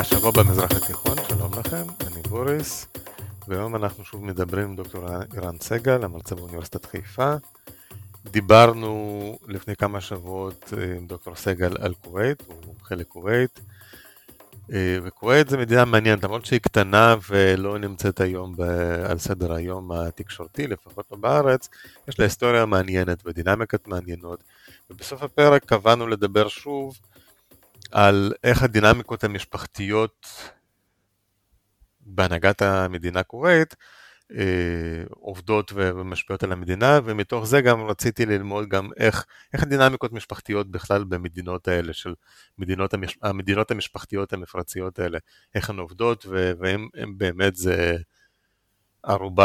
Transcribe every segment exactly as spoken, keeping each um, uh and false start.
השבוע במזרח התיכון, שלום לכם, אני בוריס, והיום אנחנו שוב מדברים עם דוקטור ערן סגל, המרצה באוניברסיטת חיפה. דיברנו לפני כמה שבועות עם דוקטור סגל על כווית, הוא מומחה לכווית, וכווית זה מדינה מעניינת, למרות שהיא קטנה ולא נמצאת היום על סדר היום התקשורתי, לפחות לא בארץ, יש לה היסטוריה מעניינת ודינמיקות מעניינות, ובסוף הפרק קבענו לדבר שוב על איך הדינמיקות המשפחתיות בהנהגת המדינה כווית אה, עובדות ומשפיעות על המדינה, ומתוך זה גם רציתי ללמוד גם איך, איך הדינמיקות משפחתיות בכלל במדינות האלה, של מדינות המש, המדינות המשפחתיות המפרציות האלה, איך הן עובדות, והן באמת זה ערובה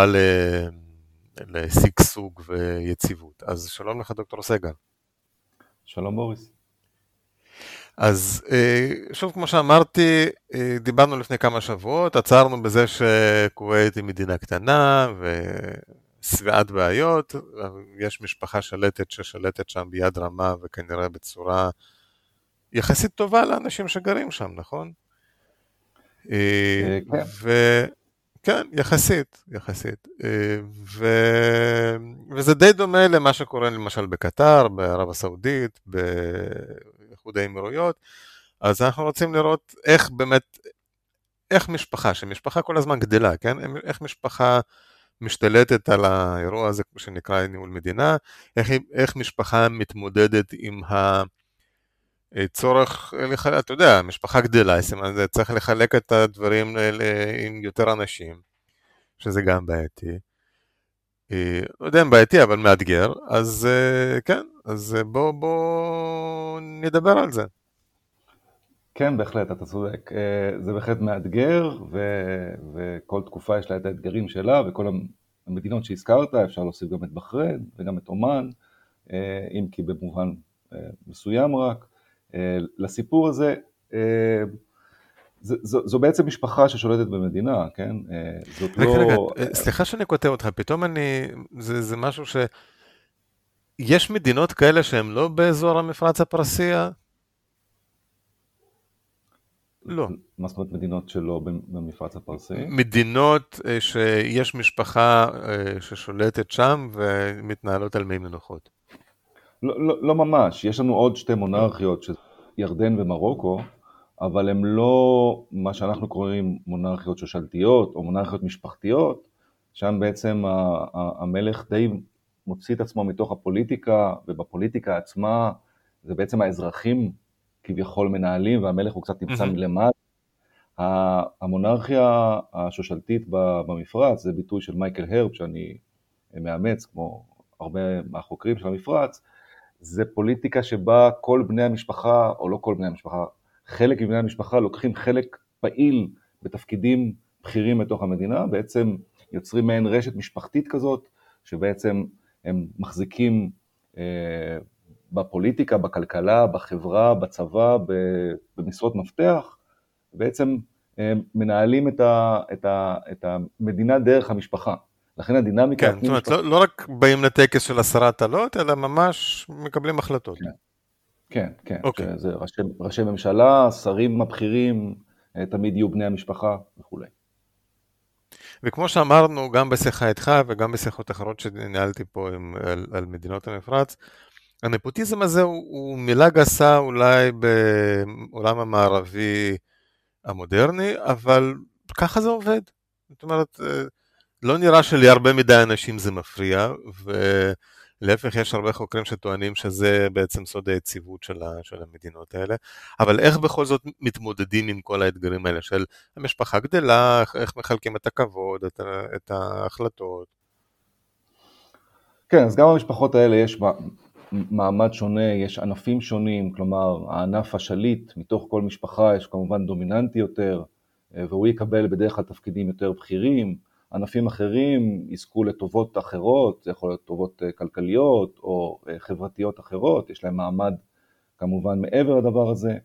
לשגשוג ויציבות. אז שלום לך דוקטור סגל. שלום בוריס. אז שוב, כמו שאמרתי, דיברנו לפני כמה שבועות, עצרנו בזה שכווית היא מדינה קטנה ושבעת בעיות, יש משפחה שלטת ששלטת שם ביד רמה וכנראה בצורה יחסית טובה לאנשים שגרים שם, נכון? כן. כן, יחסית, יחסית. ו... וזה די דומה למה שקורה למשל בקטר, בערב הסעודית, באיחוד האמירויות. אז אנחנו רוצים לראות איך באמת, איך משפחה, שמשפחה כל הזמן גדלה, כן? איך משפחה משתלטת על האירוע הזה שנקרא ניהול מדינה, איך, איך משפחה מתמודדת עם ה... צורך, אתה יודע, משפחה גדלה, זה צריך לחלק את הדברים עם יותר אנשים, שזה גם בעייתי. לא יודע אם בעייתי, אבל מאתגר, אז כן, אז בוא, בוא נדבר על זה. כן, בהחלט, אתה צודק. זה בהחלט מאתגר, ו... וכל תקופה יש לה את האתגרים שלה, וכל המדינות שהזכרת, אפשר להוסיף גם את בחריין וגם את אומן, אם כי במובן מסוים רק. לסיפור הזה, זו, זו בעצם משפחה ששולטת במדינה, כן? זאת רגע, לא... רגע, סליחה שאני כותב אותך, פתאום אני, זה, זה משהו ש... יש מדינות כאלה שהן לא באזור המפרץ הפרסי? לא. מה זאת אומרת מדינות שלא במפרץ הפרסי? מדינות שיש משפחה ששולטת שם ומתנהלות על מי מנוחות. לא, לא, לא ממש, יש לנו עוד שתי מונרכיות, שזה ירדן ומרוקו, אבל הן לא מה שאנחנו קוראים מונרכיות שושלתיות או מונרכיות משפחתיות, שם בעצם המלך די מוציא את עצמו מתוך הפוליטיקה, ובפוליטיקה עצמה זה בעצם האזרחים כביכול מנהלים, והמלך הוא קצת נמצא מלמד. המונרכיה השושלתית במפרץ, זה ביטוי של מייקל הרב, שאני מאמץ כמו הרבה מהחוקרים של המפרץ, זה פוליטיקה שבה כל בני המשפחה, או לא כל בני המשפחה, חלק מבני המשפחה לוקחים חלק פעיל בתפקידים בכירים בתוך המדינה, בעצם יוצרים מעין רשת משפחתית כזאת, שבעצם הם מחזיקים אה, בפוליטיקה, בכלכלה, בחברה, בצבא, במשרות מפתח, בעצם הם מנהלים את, ה, את, ה, את המדינה דרך המשפחה. לכן הדינמיקה... כן, זאת אומרת, לא, לא רק באים לטקס של עשרת עלות, אלא ממש מקבלים החלטות. כן, כן, כן. אוקיי. שזה ראשי, ראשי ממשלה, שרים הבכירים, תמיד יהיו בני המשפחה וכו'. וכמו שאמרנו, גם בשיחה איתך וגם בשיחות אחרות שניהלתי פה עם, על, על מדינות המפרץ, הנפוטיזם הזה הוא, הוא מילה גסה אולי בעולם המערבי המודרני, אבל ככה זה עובד. זאת אומרת, לא נראה שלי הרבה מדי אנשים זה מפריע, ולהפך יש הרבה חוקרים שטוענים שזה בעצם סוד היציבות של, ה, של המדינות האלה, אבל איך בכל זאת מתמודדים עם כל האתגרים האלה של המשפחה גדלה, איך מחלקים את הכבוד, את, את ההחלטות? כן, אז גם במשפחות האלה יש מעמד שונה, יש ענפים שונים, כלומר הענף השליט מתוך כל משפחה יש כמובן דומיננטי יותר, והוא יקבל בדרך כלל תפקידים יותר בכירים, ענפים אחרים יזכו לטובות אחרות, זה יכול להיות טובות כלכליות או חברתיות אחרות, יש להם מעמד כמובן מעבר לדבר הזה.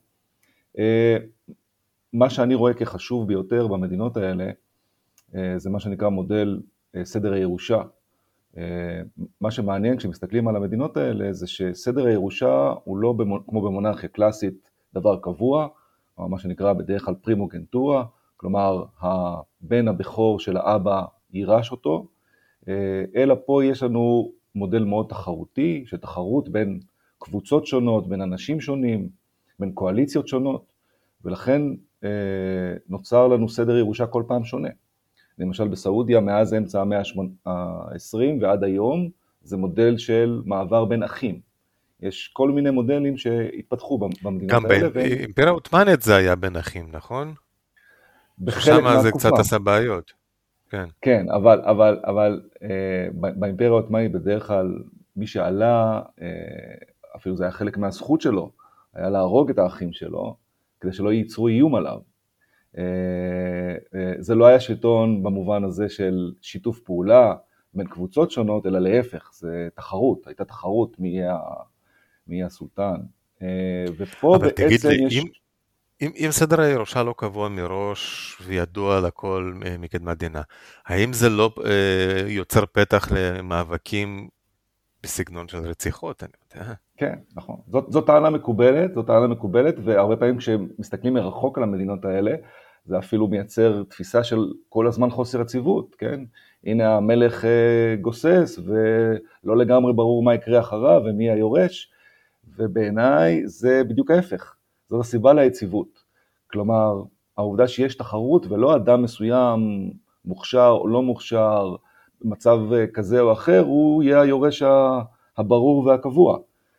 מה שאני רואה כחשוב ביותר במדינות האלה, זה מה שנקרא מודל סדר הירושה. מה שמעניין כשמסתכלים על המדינות האלה, זה שסדר הירושה הוא לא כמו במונרכיה קלאסית דבר קבוע, או מה שנקרא בדרך כלל פרימוגנטורה, כלומר הבן הבכור של האבא יירש אותו, אלא פה יש לנו מודל מאוד תחרותי, שתחרות בין קבוצות שונות, בין אנשים שונים, בין קואליציות שונות, ולכן נוצר לנו סדר ירושה כל פעם שונה. למשל בסעודיה, מאז אמצע המאה ה-עשרים ועד היום, זה מודל של מעבר בין אחים. יש כל מיני מודלים שהתפתחו במדינות האלה. גם באימפריה העות'מאנית זה היה בין אחים, נכון? בחלק מהתקופה. זה קצת עשה בעיות. כן. כן, אבל, אבל, אבל אה, באימפריה העות'מאנית בדרך כלל מי שעלה, אה, אפילו זה היה חלק מהזכות שלו, היה להרוג את האחים שלו, כדי שלא ייצרו איום עליו. אה, אה, זה לא היה שלטון במובן הזה של שיתוף פעולה בין קבוצות שונות, אלא להפך, זה תחרות, הייתה תחרות מי יהיה, מי יהיה הסולטן. אה, ופה אבל בעצם תגיד לי, יש... אם, אם, אם סדר הירושה לא קבוע מראש וידוע לכל מקדמת דנא, האם זה לא אה, יוצר פתח למאבקים בסגנון של רציחות? אני יודע. כן, נכון. זאת, זאת טענה מקובלת, זאת טענה מקובלת, והרבה פעמים כשמסתכלים מרחוק על המדינות האלה, זה אפילו מייצר תפיסה של כל הזמן חוסר יציבות, כן? הנה המלך גוסס, ולא לגמרי ברור מה יקרה אחריו ומי היורש, ובעיניי זה בדיוק ההפך. זאת הסיבה ליציבות. כלומר, העובדה שיש תחרות ולא אדם מסוים מוכשר או לא מוכשר, מצב כזה או אחר, הוא יהיה היורש הברור והקבוע.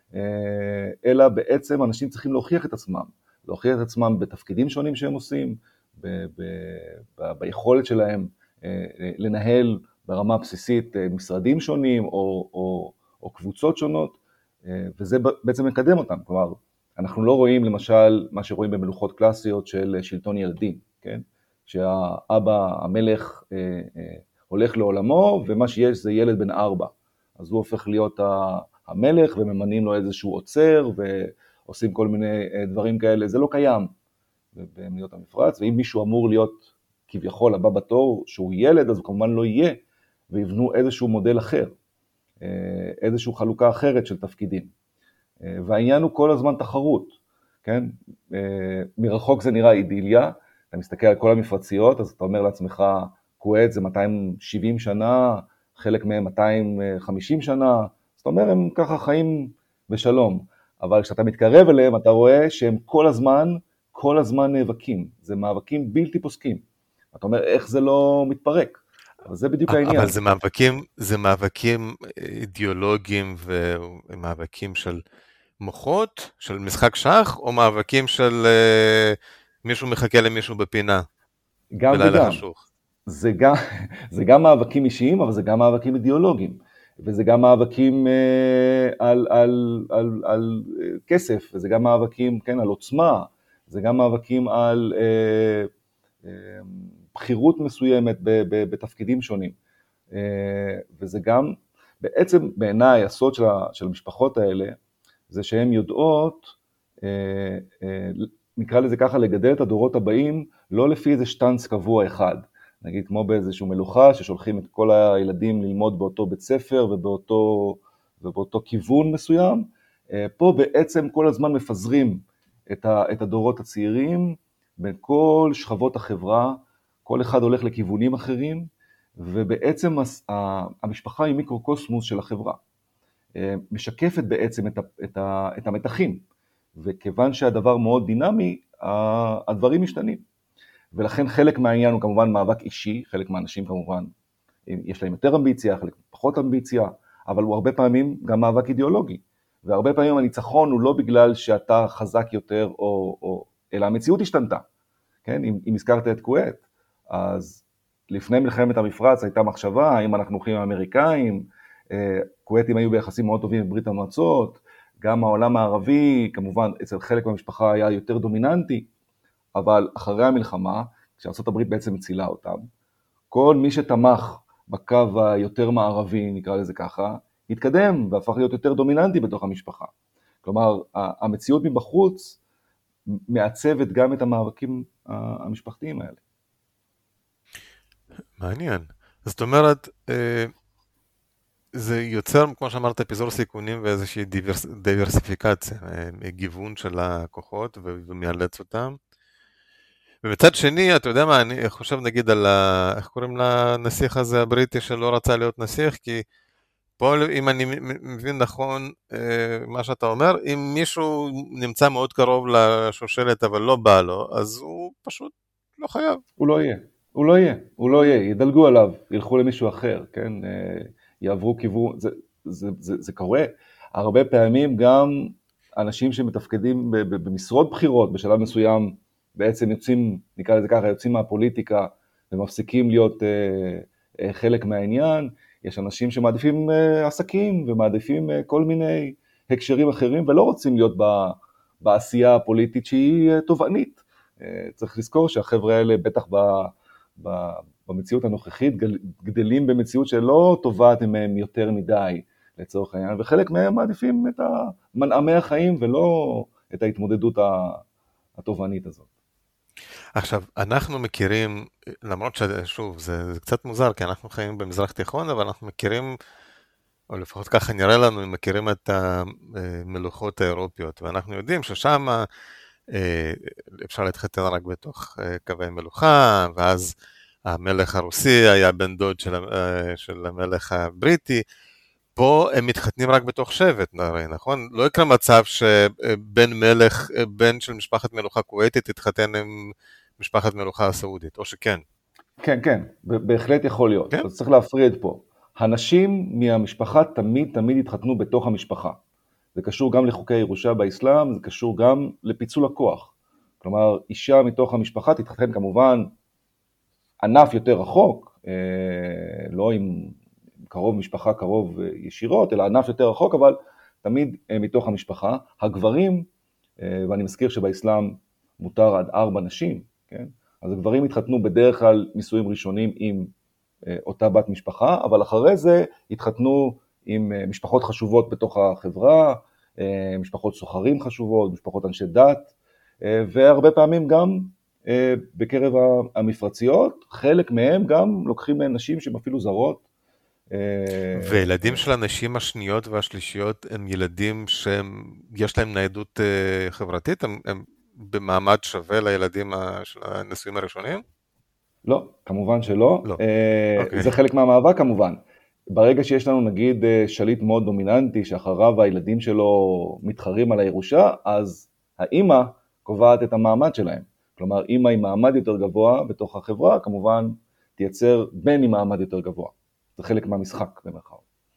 אלא בעצם אנשים צריכים להוכיח את עצמם, להוכיח את עצמם בתפקידים שונים שהם עושים, ב- ב- ב- ביכולת שלהם לנהל ברמה בסיסית משרדים שונים או, או, או קבוצות שונות, וזה בעצם מקדם אותם. כלומר, אנחנו לא רואים למשל מה שרואים במלוכות קלאסיות של שלטון ילדים, כן? שהאבא, המלך, הולך לעולמו, ומה שיש זה ילד בן ארבע. אז הוא הופך להיות המלך, וממנים לו איזשהו עוצר, ועושים כל מיני דברים כאלה. זה לא קיים במדינות המפרץ, ואם מישהו אמור להיות כביכול הבא בתור, שהוא ילד, אז הוא כמובן לא יהיה, ויבנו איזשהו מודל אחר, איזשהו חלוקה אחרת של תפקידים. והעניין הוא כל הזמן תחרות, כן? מרחוק זה נראה אידיליה, אתה מסתכל על כל המפרציות, אז אתה אומר לעצמך, כווית זה מאתיים שבעים שנה, חלק מהם מאתיים וחמישים שנה, זאת אומרת, הם ככה חיים בשלום. אבל כשאתה מתקרב אליהם, אתה רואה שהם כל הזמן, כל הזמן נאבקים. זה מאבקים בלתי פוסקים. אתה אומר, איך זה לא מתפרק? אבל זה בדיוק העניין. אבל זה מאבקים, זה מאבקים אידיאולוגיים ומאבקים של מוחות, של משחק שח, או מאבקים של מישהו מחכה למישהו בפינה? גם וגם. זה גם, זה גם מאבקים אישיים, אבל זה גם מאבקים אידיאולוגיים. וזה גם מאבקים על, על, על, על כסף, וזה גם מאבקים, כן, על עוצמה, זה גם מאבקים על אה, אה, בחירות מסוימת ב, ב, בתפקידים שונים. אה, וזה גם, בעצם בעיניי הסוד של, של המשפחות האלה, זה שהן יודעות, אה, אה, נקרא לזה ככה, לגדל את הדורות הבאים, לא לפי איזה שטנץ קבוע אחד. נגיד כמו באיזשהו מלוכה, ששולחים את כל הילדים ללמוד באותו בית ספר ובאותו, ובאותו כיוון מסוים. פה בעצם כל הזמן מפזרים את, ה, את הדורות הצעירים, בין כל שכבות החברה, כל אחד הולך לכיוונים אחרים, ובעצם המשפחה היא מיקרוקוסמוס של החברה. משקפת בעצם את, ה, את, ה, את המתחים, וכיוון שהדבר מאוד דינמי, הדברים משתנים. ולכן חלק מהעניין הוא כמובן מאבק אישי, חלק מהאנשים כמובן יש להם יותר אמביציה, חלק פחות אמביציה, אבל הוא הרבה פעמים גם מאבק אידיאולוגי, והרבה פעמים הניצחון הוא לא בגלל שאתה חזק יותר, או, או, אלא המציאות השתנתה, כן? אם, אם הזכרת את כווית, אז לפני מלחמת המפרץ הייתה מחשבה, האם אנחנו הולכים האמריקאים, כוויתים היו ביחסים מאוד טובים בברית המועצות, גם העולם הערבי, כמובן אצל חלק מהמשפחה היה יותר דומיננטי, אבל אחרי המלחמה, כשארצות הברית בעצם הצילה אותם, כל מי שתמך בקו היותר מערבי, נקרא לזה ככה, התקדם והפך להיות יותר דומיננטי בתוך המשפחה. כלומר, המציאות מבחוץ מעצבת גם את המאבקים המשפחתיים האלה. מעניין. זאת אומרת, זה יוצר, כמו שאמרת, פיזור סיכונים ואיזושהי דיברס, דיברסיפיקציה, גיוון של הכוחות ומאלץ אותם. ומצד שני, אתה יודע מה, אני חושב נגיד על ה... איך קוראים לנסיך הזה הבריטי שלא רצה להיות נסיך, כי פה, אם אני מבין נכון מה שאתה אומר, אם מישהו נמצא מאוד קרוב לשושלת אבל לא בא לו, אז הוא פשוט לא חייב. הוא לא יהיה, הוא לא יהיה, הוא לא יהיה, ידלגו עליו, ילכו למישהו אחר, כן, יעברו כיוון, זה, זה, זה, זה קורה. הרבה פעמים גם אנשים שמתפקדים במשרות בחירות בשלב מסוים, בעצם יוצאים, נקרא לזה ככה, יוצאים מהפוליטיקה ומפסיקים להיות אה, חלק מהעניין. יש אנשים שמעדיפים אה, עסקים ומעדיפים אה, כל מיני הקשרים אחרים ולא רוצים להיות ב, בעשייה הפוליטית שהיא אה, תובענית. אה, צריך לזכור שהחבר'ה האלה בטח ב, ב, במציאות הנוכחית גדלים במציאות שלא תובעת מהם יותר מדי לצורך העניין, וחלק מהם מעדיפים את מנעמי החיים ולא את ההתמודדות התובענית הזאת. עכשיו, אנחנו מכירים, למרות ששוב, זה, זה קצת מוזר, כי אנחנו חיים במזרח תיכון, אבל אנחנו מכירים, או לפחות ככה נראה לנו, מכירים את המלוכות האירופיות, ואנחנו יודעים ששם אפשר להתחתן רק בתוך קווי מלוכה, ואז המלך הרוסי היה בן דוד של, של המלך הבריטי, פה הם מתחתנים רק בתוך שבט, נכון? לא יקרה מצב שבן מלך, בן של משפחת מלוכה כוויתית, תתחתן עם משפחת מלוכה הסעודית, או שכן? כן, כן, בהחלט יכול להיות. כן? אז צריך להפריד פה. הנשים מהמשפחה תמיד תמיד התחתנו בתוך המשפחה. זה קשור גם לחוקי הירושה באסלאם, זה קשור גם לפיצול הכוח. כלומר, אישה מתוך המשפחה תתחתן כמובן ענף יותר רחוק, לא עם קרוב משפחה קרוב ישירות, אלא ענף יותר רחוק, אבל תמיד מתוך המשפחה. הגברים, ואני מזכיר שבאסלאם מותר עד ארבע נשים, כן? אז הגברים התחתנו בדרך כלל נישואים ראשונים עם אותה בת משפחה, אבל אחרי זה התחתנו עם משפחות חשובות בתוך החברה, משפחות סוחרים חשובות, משפחות אנשי דת, והרבה פעמים גם בקרב המפרציות, חלק מהם גם לוקחים נשים שהן אפילו זרות. וילדים של הנשים השניות והשלישיות הם ילדים שיש להם ניידות חברתית? הם, הם במעמד שווה לילדים של הנישואים הראשונים? לא, כמובן שלא. לא. Okay. זה חלק מהמאבק כמובן. ברגע שיש לנו נגיד שליט מאוד דומיננטי, שאחריו הילדים שלו מתחרים על הירושה, אז האמא קובעת את המעמד שלהם. כלומר, אמא עם מעמד יותר גבוה בתוך החברה, כמובן תייצר בן עם מעמד יותר גבוה. זה חלק מהמשחק במרכאות.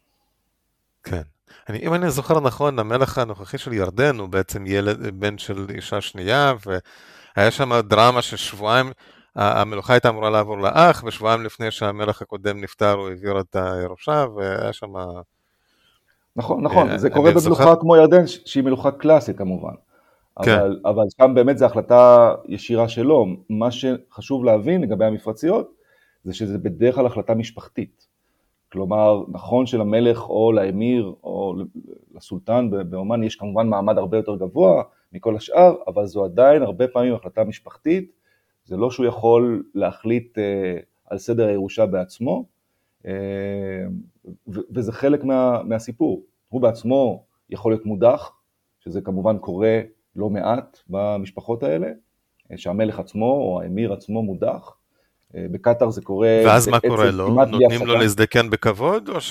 כן. אני, אם אני זוכר נכון, המלך הנוכחי של ירדן הוא בעצם ילד, בן של אישה שנייה, והיה שם דרמה ששבועיים, המלוכה הייתה אמורה לעבור לאח, ושבועיים לפני שהמלך הקודם נפטר, הוא העביר את הירושה, והיה שם... נכון, נכון, זה קורה במלוכה כמו ירדן, שהיא מלוכה קלאסית כמובן. אבל, אבל שם באמת זו החלטה ישירה שלו. מה שחשוב להבין לגבי המפרציות, זה שזה בדרך כלל החלטה משפחתית. כלומר, נכון שלמלך או לאמיר או לסולטן באומן יש כמובן מעמד הרבה יותר גבוה מכל השאר, אבל זו עדיין הרבה פעמים החלטה משפחתית. זה לא שהוא יכול להחליט אה, על סדר הירושה בעצמו, אה, ו- וזה חלק מה, מהסיפור. הוא בעצמו יכול להיות מודח, שזה כמובן קורה לא מעט במשפחות האלה, שהמלך עצמו או האמיר עצמו מודח. בקטר זה קורה... ואז מה קורה לו? נותנים לו להזדקן בכבוד, או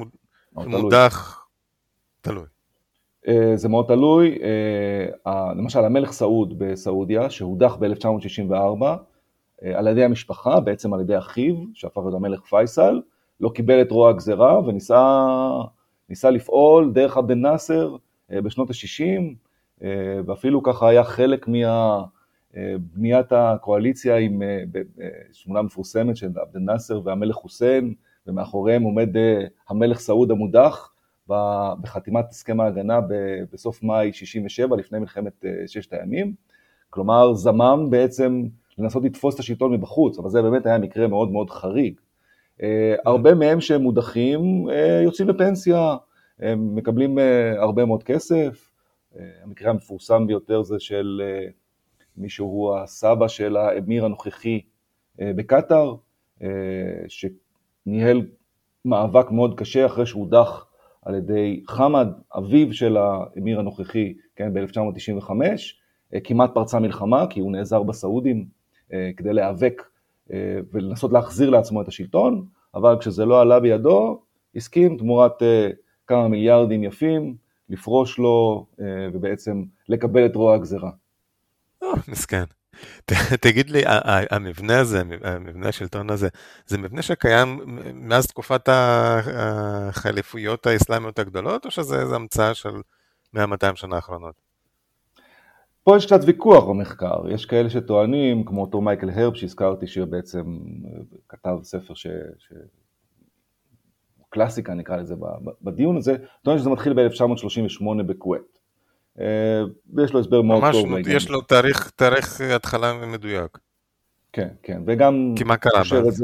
שמודח? תלוי. זה מאוד תלוי. למשל, המלך סעוד בסעודיה, שהודח ב-אלף תשע מאות שישים וארבע, על ידי המשפחה, בעצם על ידי אחיו, שהפך להיות המלך פייסל, לא קיבל את רוע הגזרה, וניסה לפעול דרך עבד אל-נאצר בשנות ה-שישים, ואפילו ככה היה חלק מה... בניית הקואליציה עם שמונה מפורסמת של עבד אל-נאצר והמלך חוסיין, ומאחוריהם עומד המלך סעוד המודח, בחתימת הסכם ההגנה בסוף מאי שישים ושבע, לפני מלחמת ששת הימים. כלומר, זמם בעצם לנסות לתפוס את השלטון מבחוץ, אבל זה באמת היה מקרה מאוד מאוד חריג. הרבה מהם שהם מודחים יוצאים לפנסיה, הם מקבלים הרבה מאוד כסף. המקרה המפורסם ביותר זה של מישהו הוא הסבא של האמיר הנוכחי בקטר, שניהל מאבק מאוד קשה אחרי שהוא הודח על ידי חמד, אביו של האמיר הנוכחי, כן, ב-אלף תשע מאות תשעים וחמש, כמעט פרצה מלחמה, כי הוא נעזר בסעודים כדי להיאבק ולנסות להחזיר לעצמו את השלטון, אבל כשזה לא עלה בידו, הסכים תמורת כמה מיליארדים יפים, לפרוש לו ובעצם לקבל את רוע הגזרה. מסכן. תגיד לי, המבנה הזה, המבנה השלטון הזה, זה מבנה שקיים מאז תקופת החליפויות האסלאמיות הגדולות, או שזה המצאה של מאה מאתיים שנה האחרונות? פה יש קצת ויכוח במחקר, יש כאלה שטוענים, כמו אותו מייקל הרב שהזכרתי, שבעצם כתב ספר ש... ש... קלאסיקה נקרא לזה בדיון הזה, טוען שזה מתחיל ב-אלף תשע מאות שלושים ושמונה בכווית. ויש לו הסבר מאוד טוב. ממש, יש לו תאריך, תאריך התחלה מדויק. כן, כן, וגם... כי מה קרה בזה?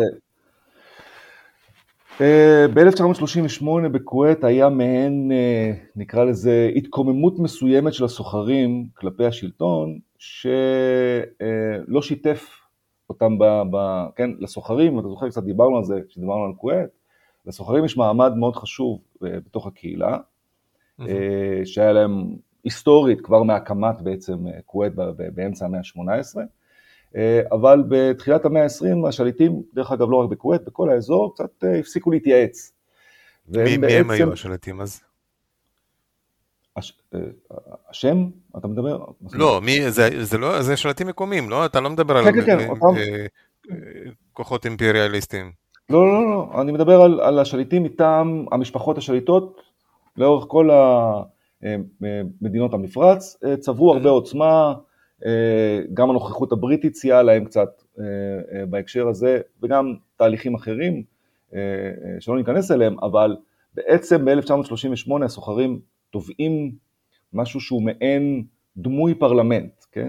ב-אלף תשע מאות שלושים ושמונה בכווית היה מעין, נקרא לזה, התקוממות מסוימת של הסוחרים כלפי השלטון, שלא שיתף אותם, ב, ב, כן, לסוחרים, ואתה זוכר קצת דיברנו על זה, כשדיברנו על כווית, לסוחרים יש מעמד מאוד חשוב בתוך הקהילה, mm-hmm. שהיה להם היסטורית כבר מהקמת בעצם כווית באמצע המאה ה-שמונה עשרה, אבל בתחילת המאה ה-עשרים השליטים, דרך אגב לא רק בכווית, בכל האזור, קצת הפסיקו להתייעץ. מי בעצם... הם היו השליטים אז? הש... השם? אתה מדבר? לא, מי... זה, זה לא, זה שליטים מקומיים, לא? אתה לא מדבר כן, על כן, כן, אותם... כוחות אימפריאליסטיים. לא, לא, לא, אני מדבר על, על השליטים מטעם המשפחות השליטות, לאורך כל המדינות המפרץ, צברו הרבה עוצמה, גם הנוכחות הבריטית סייעה להם קצת בהקשר הזה, וגם תהליכים אחרים שלא ניכנס אליהם, אבל בעצם ב-אלף תשע מאות שלושים ושמונה הסוחרים תובעים משהו שהוא מעין דמוי פרלמנט, כן?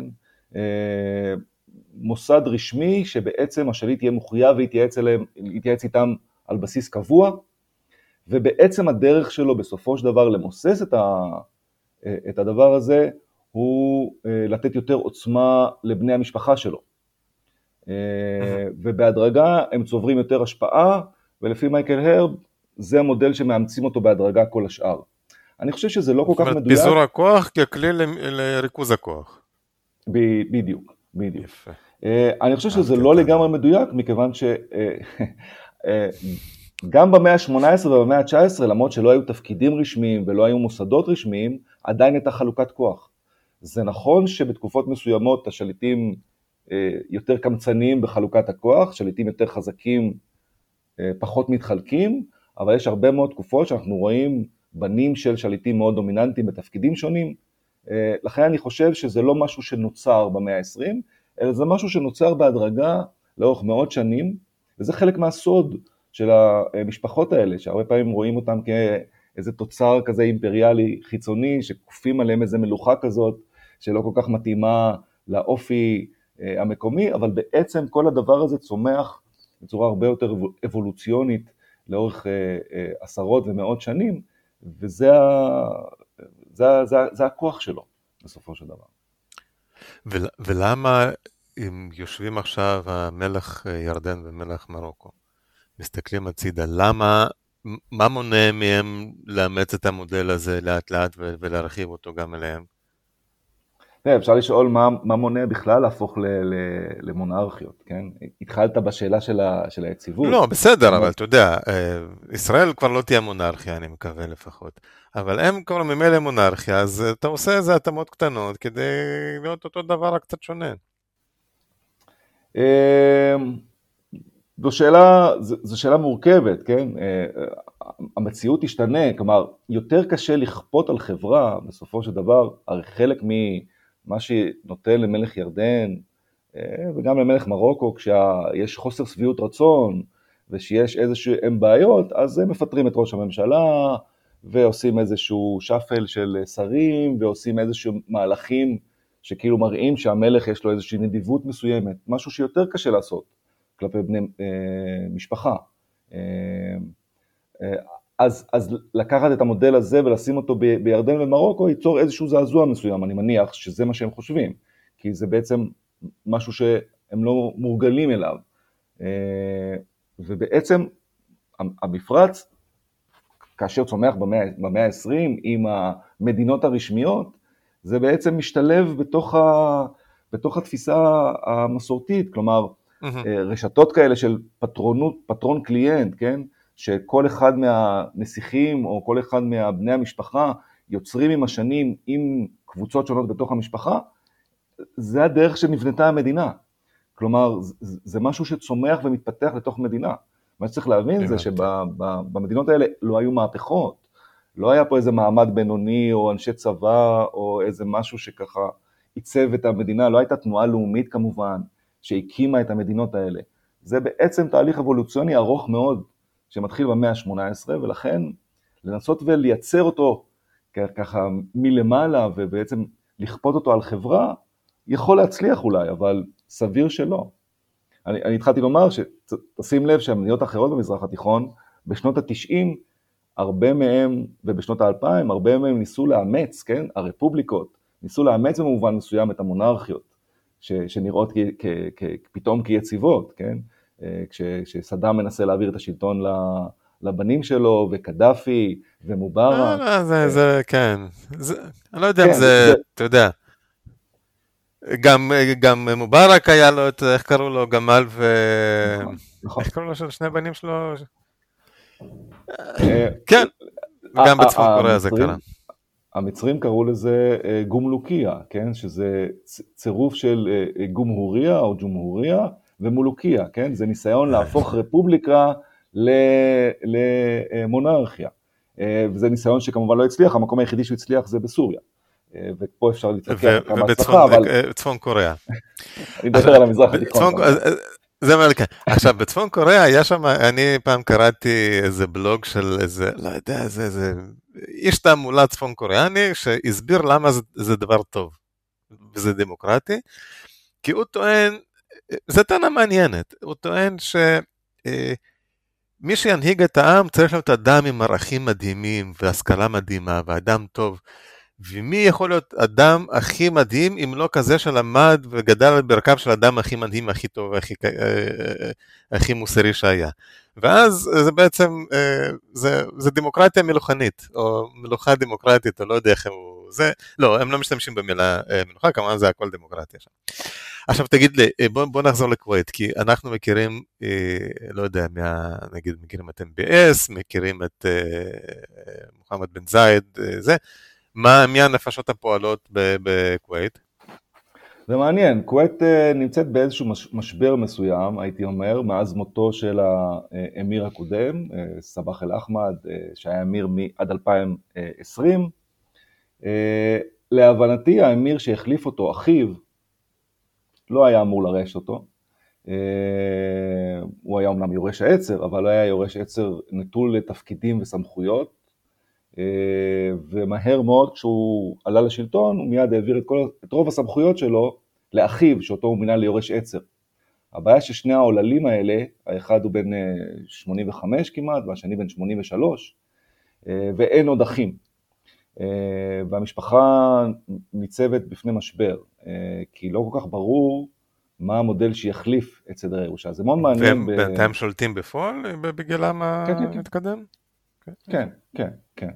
מוסד רשמי שבעצם השליט יהיה מחויב להתייעץ אליהם, להתייעץ איתם על בסיס קבוע, ובעצם הדרך שלו בסופו של דבר למוסס את, ה, את הדבר הזה, הוא לתת יותר עוצמה לבני המשפחה שלו. ובהדרגה הם צוברים יותר השפעה, ולפי מייקל הרב, זה המודל שמאמצים אותו בהדרגה כל השאר. אני חושב שזה לא כל כך מדויק. פיזור הכוח ככלי לריכוז הכוח. בדיוק, בדיוק. יפה. אני חושב שזה לא לגמרי מדויק, מכיוון שגם במאה ה-שמונה עשרה ובמאה ה-תשע עשרה, למרות שלא היו תפקידים רשמיים ולא היו מוסדות רשמיים, עדיין הייתה חלוקת כוח. זה נכון שבתקופות מסוימות השליטים יותר קמצניים בחלוקת הכוח, שליטים יותר חזקים פחות מתחלקים, אבל יש הרבה מאוד תקופות שאנחנו רואים בנים של שליטים מאוד דומיננטיים בתפקידים שונים, לכן אני חושב שזה לא משהו שנוצר במאה ה-עשרים, אלא זה משהו שנוצר בהדרגה לאורך מאות שנים, וזה חלק מהסוד של המשפחות האלה, שהרבה פעמים רואים אותם כאיזה תוצר כזה אימפריאלי חיצוני, שכופים עליהם איזה מלוכה כזאת, שלא כל כך מתאימה לאופי המקומי, אבל בעצם כל הדבר הזה צומח בצורה הרבה יותר אבולוציונית, לאורך עשרות ומאות שנים, וזה זה, זה, זה הכוח שלו, בסופו של דבר. ולמה אם יושבים עכשיו המלך ירדן ומלך מרוקו, מסתכלים הצידה, למה, מה מונע מהם לאמץ את המודל הזה לאט לאט ולהרחיב אותו גם אליהם? אפשר לשאול מה, מה מונע בכלל להפוך ל, ל, למונרכיות, כן? התחלת בשאלה של, ה, של היציבות. לא, בסדר, אבל אתה יודע, ישראל כבר לא תהיה מונרכיה, אני מקווה לפחות. אבל הם כבר ממילא מונרכיה, אז אתה עושה איזה התאמות קטנות כדי להיות אותו דבר רק קצת שונה. זו שאלה, זו שאלה מורכבת, כן? המציאות תשתנה, כלומר, יותר קשה לכפות על חברה, בסופו של דבר, הרי חלק ממה שנותן למלך ירדן, וגם למלך מרוקו, כשיש חוסר שביעות רצון, ושיש איזשהם בעיות, אז הם מפטרים את ראש הממשלה, ועושים איזשהו שפל של שרים, ועושים איזשהו מהלכים, שכאילו מראים שהמלך יש לו איזושהי נדיבות מסוימת, משהו שיותר קשה לעשות, כלפי בני אה, משפחה. אה, אה, אז, אז לקחת את המודל הזה ולשים אותו ב, בירדן ומרוקו, ייצור איזשהו זעזוע מסוים, אני מניח שזה מה שהם חושבים, כי זה בעצם משהו שהם לא מורגלים אליו. אה, ובעצם המפרץ, כאשר צומח במאה, במאה ה-עשרים עם המדינות הרשמיות, זה בעצם משתלב בתוך, ה, בתוך התפיסה המסורתית, כלומר, רשתות כאלה של פטרונות, פטרון קליינט, כן? שכל אחד מהנסיכים או כל אחד מהבני המשפחה יוצרים עם השנים עם קבוצות שונות בתוך המשפחה, זה הדרך שנבנתה המדינה. כלומר, זה משהו שצומח ומתפתח לתוך מדינה. מה שצריך להבין זה שבמדינות האלה לא היו מהפכות, לא היה פה איזה מעמד בינוני או אנשי צבא או איזה משהו שככה עיצב את המדינה, לא הייתה תנועה לאומית כמובן, שהקימה את המדינות האלה. זה בעצם תהליך אבולוציוני ארוך מאוד, שמתחיל במאה ה-שמונה עשרה, ולכן לנסות ולייצר אותו ככה מלמעלה, ובעצם לכפות אותו על חברה, יכול להצליח אולי, אבל סביר שלא. אני, אני התחלתי לומר שתשים לב שהמדינות האחרות במזרח התיכון, בשנות ה-תשעים, הרבה מהם, ובשנות ה-אלפיים, הרבה מהם ניסו לאמץ, כן? הרפובליקות, ניסו לאמץ במובן מסוים את המונרכיות, ש, שנראות כ, כ, כ, פתאום כיציבות, כן? כש, כשסדאם מנסה להעביר את השלטון לבנים שלו, וקדאפי, ומובארק. לא, זה, זה, כן. זה, אני לא יודע אם זה, אתה יודע. גם, גם מובארק היה לו את, איך קראו לו, גמל ו... איך קראו לו של שני בנים שלו? כן, גם בצפון קוריאה זה קרה. המצרים קראו לזה גומלוקיה, כן? שזה צירוף של גומהוריה או ג'ומהוריה ומולוקיה, כן? זה ניסיון להפוך רפובליקה למונרכיה. וזה ניסיון שכמובן לא הצליח, המקום היחידי שהוא הצליח זה בסוריה. ופה אפשר להתווכח כמה הצלחה, אבל... ובצפון קוריאה. אני מדבר על המזרח התיכון. זה מה, כן. עכשיו, בצפון קוריאה היה שם, אני פעם קראתי איזה בלוג של איזה, לא יודע, איזה, איזה, איש תעמולה צפון קוריאני, שהסביר למה זה, זה דבר טוב, וזה דמוקרטי, כי הוא טוען, זה טענה מעניינת, הוא טוען שמי שינהיג את העם צריך להיות אדם עם ערכים מדהימים, והשכלה מדהימה, ואדם טוב, ומי יכול להיות אדם הכי מדהים, אם לא כזה שלמד וגדל על ברכיו של אדם הכי מדהים, הכי טוב, הכי, הכי מוסרי שהיה. ואז זה בעצם, זה, זה דמוקרטיה מלוכנית, או מלוכה דמוקרטית, או לא יודע איך הוא, זה, לא, הם לא משתמשים במילה מלוכה, כמובן זה הכל דמוקרטיה שם. עכשיו תגיד לי, בוא, בוא נחזור לכווית, כי אנחנו מכירים, לא יודע, מה, נגיד, מכירים את אם בי אס, מכירים את מוחמד בן זייד, זה, מה, מי הנפשות הפועלות בכווית? זה מעניין, כווית נמצאת באיזשהו משבר מסוים, הייתי אומר, מאז מותו של האמיר הקודם, סבח אל אחמד, שהיה אמיר עד אלפיים ועשרים. להבנתי, האמיר שהחליף אותו, אחיו, לא היה אמור לרש אותו. הוא היה אומנם יורש העצר, אבל לא היה יורש עצר נטול לתפקידים וסמכויות. ומהר מאוד כשהוא עלה לשלטון, הוא מיד העביר את, כל, את רוב הסמכויות שלו לאחיו, שאותו הוא מינה ליורש עצר. הבעיה ששני העוללים האלה, האחד הוא בן שמונים וחמש כמעט, והשני בן שמונים ושלוש, ואין עוד אחים. והמשפחה ניצבת בפני משבר, כי לא כל כך ברור מה המודל שיחליף את סדר הירושה. זה מאוד מעניין. והם בינתיים שולטים בפועל בגילם המתקדם? כן, כן, כן.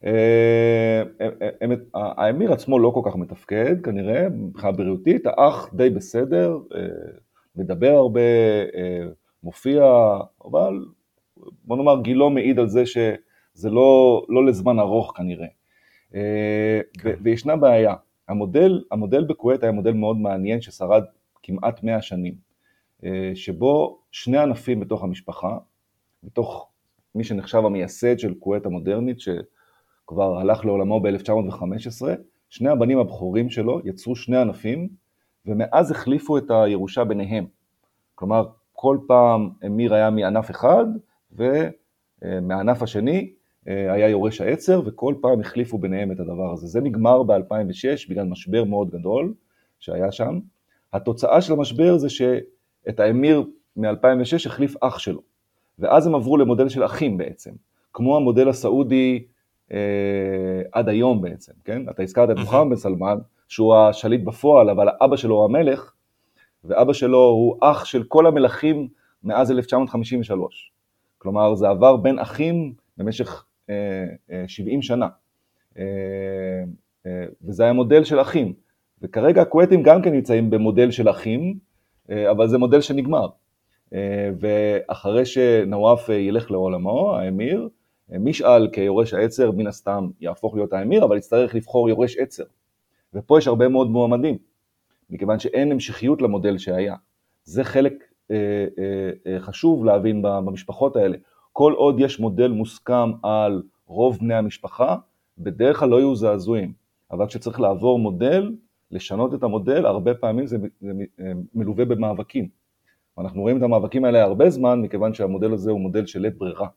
האמיר עצמו לא כל כך מתפקד, כנראה, מבחינה בריאותית, האח די בסדר, מדבר הרבה, מופיע, אבל בוא נאמר, גילו מעיד על זה שזה לא, לא לזמן ארוך כנראה. וישנה בעיה. המודל, המודל בכווית היה מודל מאוד מעניין ששרד כמעט מאה שנים, שבו שני ענפים בתוך המשפחה, בתוך מי שנחשב המייסד של כווית המודרנית, שכבר הלך לעולמו ב-אלף תשע מאות וחמש עשרה, שני הבנים הבכורים שלו יצרו שני ענפים, ומאז החליפו את הירושה ביניהם. כלומר, כל פעם אמיר היה מענף אחד, ומענף השני היה יורש העצר, וכל פעם החליפו ביניהם את הדבר הזה. זה נגמר ב-אלפיים ושש, בגלל משבר מאוד גדול שהיה שם. התוצאה של המשבר זה שאת האמיר מ-אלפיים ושש החליף אח שלו. ואז הם עברו למודל של אחים בעצם, כמו המודל הסעודי אה, עד היום בעצם, כן? אתה הזכרת את מוחמד בן סלמן, שהוא השליט בפועל, אבל האבא שלו הוא המלך, ואבא שלו הוא אח של כל המלכים מאז אלף תשע מאות חמישים ושלוש. כלומר, זה עבר בין אחים במשך אה, אה, שבעים שנה, אה, אה, וזה היה מודל של אחים. וכרגע הכווייתים גם כן נמצאים במודל של אחים, אבל זה מודל שנגמר. ואחרי שנוואף ילך לעולמו, האמיר, משעל כיורש העצר מן הסתם יהפוך להיות האמיר, אבל יצטרך לבחור יורש עצר. ופה יש הרבה מאוד מועמדים, מכיוון שאין המשכיות למודל שהיה. זה חלק אה, אה, חשוב להבין במשפחות האלה. כל עוד יש מודל מוסכם על רוב בני המשפחה, בדרך כלל לא יהיו זעזועים. אבל כשצריך לעבור מודל, לשנות את המודל, הרבה פעמים זה, זה מלווה במאבקים. אנחנו רואים את המאבקים האלה הרבה זמן, מכיוון שהמודל הזה הוא מודל של לית ברירה.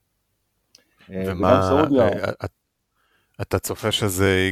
ומה, אתה צופה שזה,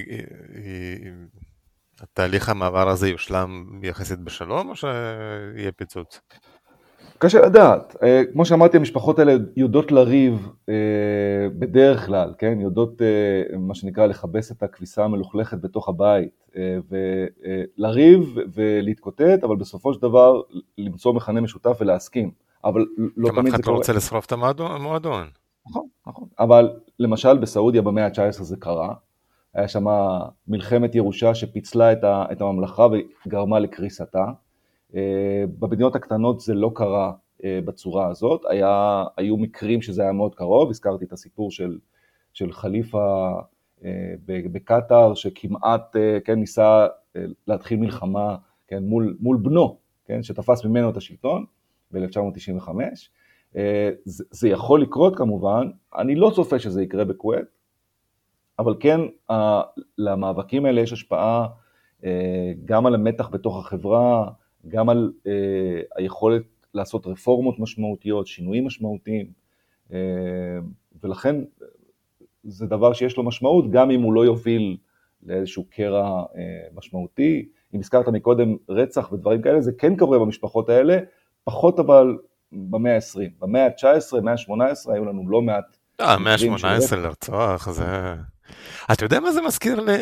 התהליך המעבר הזה יושלם יחסית בשלום, או שיהיה פיצוץ? קשה לדעת. כמו שאמרתי, המשפחות האלה יודעות לריב בדרך כלל, כן? יודעות מה שנקרא לחבש את הכביסה המלוכלכת בתוך הבית, ולריב ולהתקוטט, אבל בסופו של דבר למצוא מכנה משותף ולהסכים. אבל לא גם אחד לא רוצה לשרוף את המועדון. נכון, נכון. אבל למשל בסעודיה במאה ה-תשע עשרה זה קרה, היה שם מלחמת ירושה שפיצלה את הממלכה וגרמה לקריסתה. במדינות הקטנות זה לא קרה בצורה הזאת, היה, היו מקרים שזה היה מאוד קרוב, הזכרתי את הסיפור של, של חליפה בקטר, שכמעט כן, ניסה להתחיל מלחמה כן, מול, מול בנו, כן, שתפס ממנו את השלטון ב-אלף תשע מאות תשעים וחמש. זה, זה יכול לקרות כמובן, אני לא צופה שזה יקרה בכווית, אבל כן, למאבקים האלה יש השפעה גם על המתח בתוך החברה, גם על uh, היכולת לעשות רפורמות משמעותיות, שינויים משמעותיים, uh, ולכן זה דבר שיש לו משמעות, גם אם הוא לא יוביל לאיזשהו קרע uh, משמעותי. אם הזכרת מקודם רצח ודברים כאלה, זה כן קורה במשפחות האלה, פחות אבל במאה ה-עשרים. במאה ה-תשע עשרה, במאה ה-שמונה עשרה, היו לנו לא מעט... אה, מאה ה-שמונה עשרה לרצוח, זה... אתה יודע מה זה מזכיר לי?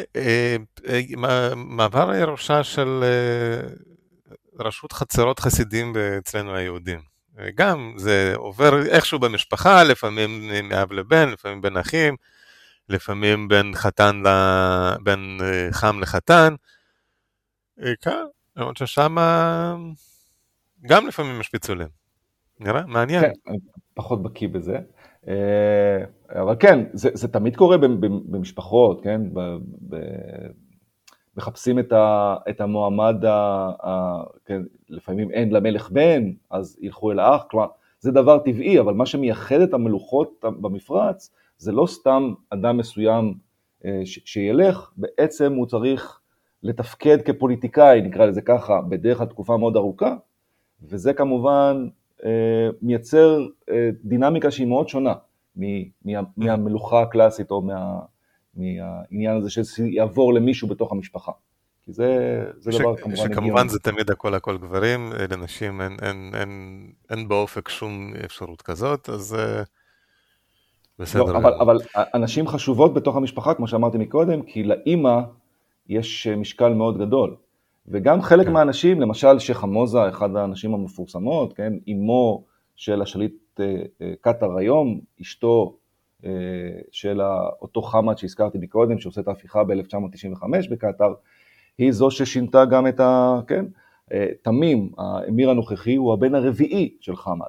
מעבר הירושה של... רשות חצרות חסידים אצלנו היהודים. גם זה עובר איכשהו במשפחה, לפעמים מאב לבן, לפעמים בין אחים, לפעמים בין חתן, בין חם לחתן. כן, למרות ששם גם לפעמים יש פיצולים. נראה, מעניין. כן, אני פחות בקיא בזה. אבל כן, זה, זה תמיד קורה במשפחות, כן? ב, ב, מחפשים את, ה, את המועמד, ה, ה, כן, לפעמים אין למלך בן, אז ילכו אל האח, כלומר, זה דבר טבעי, אבל מה שמייחד את המלוכות במפרץ, זה לא סתם אדם מסוים ש, שילך, בעצם הוא צריך לתפקד כפוליטיקאי, נקרא לזה ככה, בדרך התקופה מאוד ארוכה, וזה כמובן מייצר דינמיקה שהיא מאוד שונה מה, מהמלוכה הקלאסית או מה... מהעניין הזה שיעבור למישהו בתוך המשפחה. כי זה, זה ש, דבר כמובן הגיוני. שכמובן זה תמיד הכל הכל גברים, לנשים אין, אין, אין, אין באופק שום אפשרות כזאת, אז בסדר. לא, אבל, אבל אנשים חשובות בתוך המשפחה, כמו שאמרתי מקודם, כי לאמא יש משקל מאוד גדול. וגם חלק כן. מהאנשים, למשל שייח חמוזה, אחד האנשים המפורסמות, כן, אמו של השליט קטר היום, אשתו, של אותו חמד שהזכרתי מקודם, שעושה את ההפיכה ב-אלף תשע מאות תשעים וחמש בקטר, היא זו ששינתה גם את ה... כן? תמים, האמיר הנוכחי, הוא הבן הרביעי של חמד.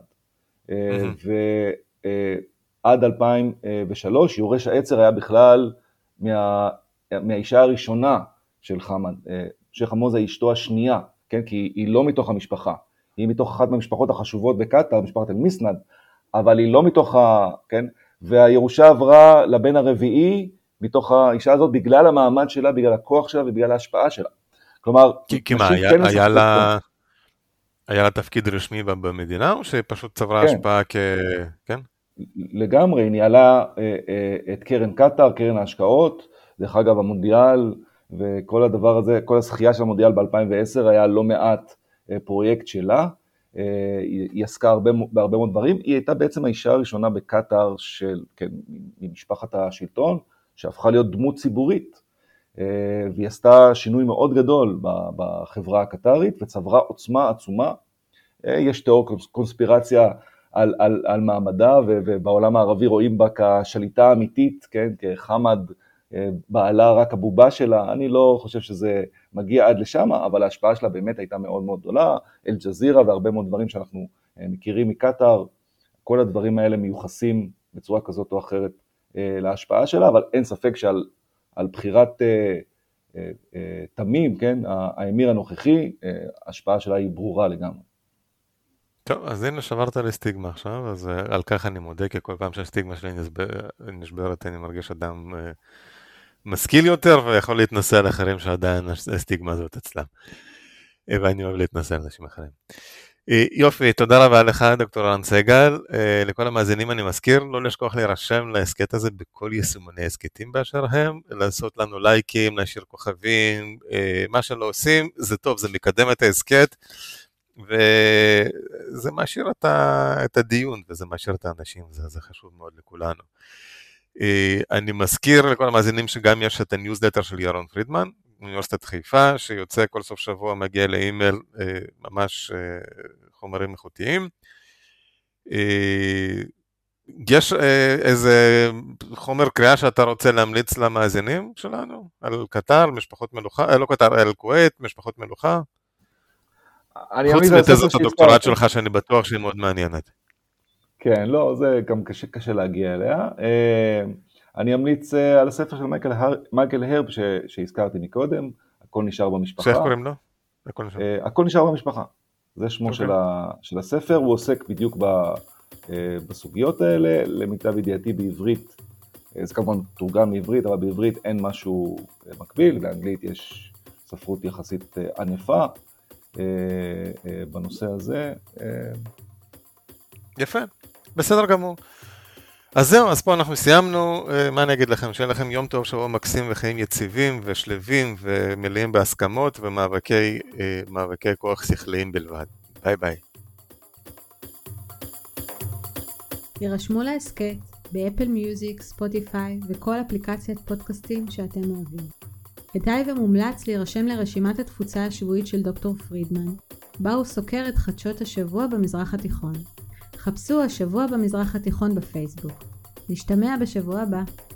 ועד אלפיים ושלוש, יורש העצר היה בכלל מה... מהאישה הראשונה של חמד. שייח חמוזה היא אשתו השנייה, כן? כי היא לא מתוך המשפחה. היא מתוך אחת מהמשפחות החשובות בקטר, משפחת אל-מסנד, אבל היא לא מתוך ה... כן? והירושה עברה לבן הרביעי מתוך האישה הזאת, בגלל המעמד שלה, בגלל הכוח שלה ובגלל ההשפעה שלה. כלומר, כי מה, היה, כן היה, לה, היה לה תפקיד רשמי במדינה, או שפשוט צברה כן. השפעה כ... כן? לגמרי, היא ניהלה את קרן קטר, קרן ההשקעות, דרך אגב המונדיאל, וכל הדבר הזה, כל הזכייה של המונדיאל ב-אלפיים ועשר היה לא מעט פרויקט שלה, היא עסקה הרבה, בהרבה מאוד דברים, היא הייתה בעצם האישה הראשונה בקטר של, כן, ממשפחת השלטון, שהפכה להיות דמות ציבורית, והיא עשתה שינוי מאוד גדול בחברה הקטרית, וצברה עוצמה עצומה. יש תיאור קונספירציה על, על, על מעמדה, ובעולם הערבי רואים בה כשליטה אמיתית, כן, כחמד בעלה רק הבובה שלה, אני לא חושב שזה מגיע עד לשם, אבל ההשפעה שלה באמת הייתה מאוד מאוד גדולה, אל-ג'זירה והרבה מאוד דברים שאנחנו מכירים מקטר, כל הדברים האלה מיוחסים בצורה כזאת או אחרת להשפעה שלה, אבל אין ספק שעל על בחירת תמים, כן, האמיר הנוכחי, ההשפעה שלה היא ברורה לגמרי. טוב, אז הנה שברת לי סטיגמה עכשיו, אז על כך אני מודה, כי כל פעם שהסטיגמה שלי נשברת, אני מרגיש אדם משכיל יותר, ויכול להתנסה על אחרים שעדיין הסטיגמה הזאת אצלם. ואני אוהב להתנסה על אנשים אחרים. יופי, תודה רבה לך, דוקטור רן סגל. לכל המאזינים אני מזכיר, לא לשכוח להירשם להסקט הזה בכל יישומוני הסקטים באשר הם, לעשות לנו לייקים, להשאיר כוכבים, מה שלא עושים, זה טוב, זה מקדם את ההסקט, וזה משאיר את, ה... את הדיון, וזה משאיר את האנשים, זה, זה חשוב מאוד לכולנו. אני מזכיר לכל המאזינים שגם יש את הניוזלטר של ירון פרידמן, מאוניברסיטת חיפה, שיוצא כל סוף שבוע, מגיע לאימייל ממש חומרים איכותיים. יש איזה חומר קריאה שאתה רוצה להמליץ למאזינים שלנו? על קטר, משפחות מלוכה, לא קטר, על כווית, משפחות מלוכה? חוץ מתזות הדוקטורט שלך, שאני בטוח שהיא מאוד מעניינת. כן, לא, זה גם קשה, קשה להגיע אליה. אני אמליץ על הספר של מייקל, מייקל הרב ש, שהזכרתי מקודם, הכל נשאר במשפחה. שאיך קוראים לו? הכל נשאר. הכל נשאר במשפחה. זה שמו okay. של, ה, של הספר, הוא עוסק בדיוק ב, בסוגיות האלה, למיטב ידיעתי בעברית, זה כמובן תורגם לעברית, אבל בעברית אין משהו מקביל, באנגלית יש ספרות יחסית ענפה בנושא הזה. יפה, בסדר גמור. אז זהו, אז פה אנחנו סיימנו, מה אני אגיד לכם? שיהיה לכם יום טוב, שבוע מקסים וחיים יציבים ושלבים ומלאים בהסכמות ומאבקי מאבקי כוח שכליים בלבד. ביי ביי. ירשמו להסקט באפל מיוזיק, ספוטיפיי וכל אפליקציית פודקאסטים שאתם אוהבים. כדאי ומומלץ להירשם לרשימת התפוצה השבועית של דוקטור פרידמן, בה הוא סוקר את חדשות השבוע במזרח התיכון. חפשו השבוע במזרח התיכון בפייסבוק. נשתמע בשבוע הבא.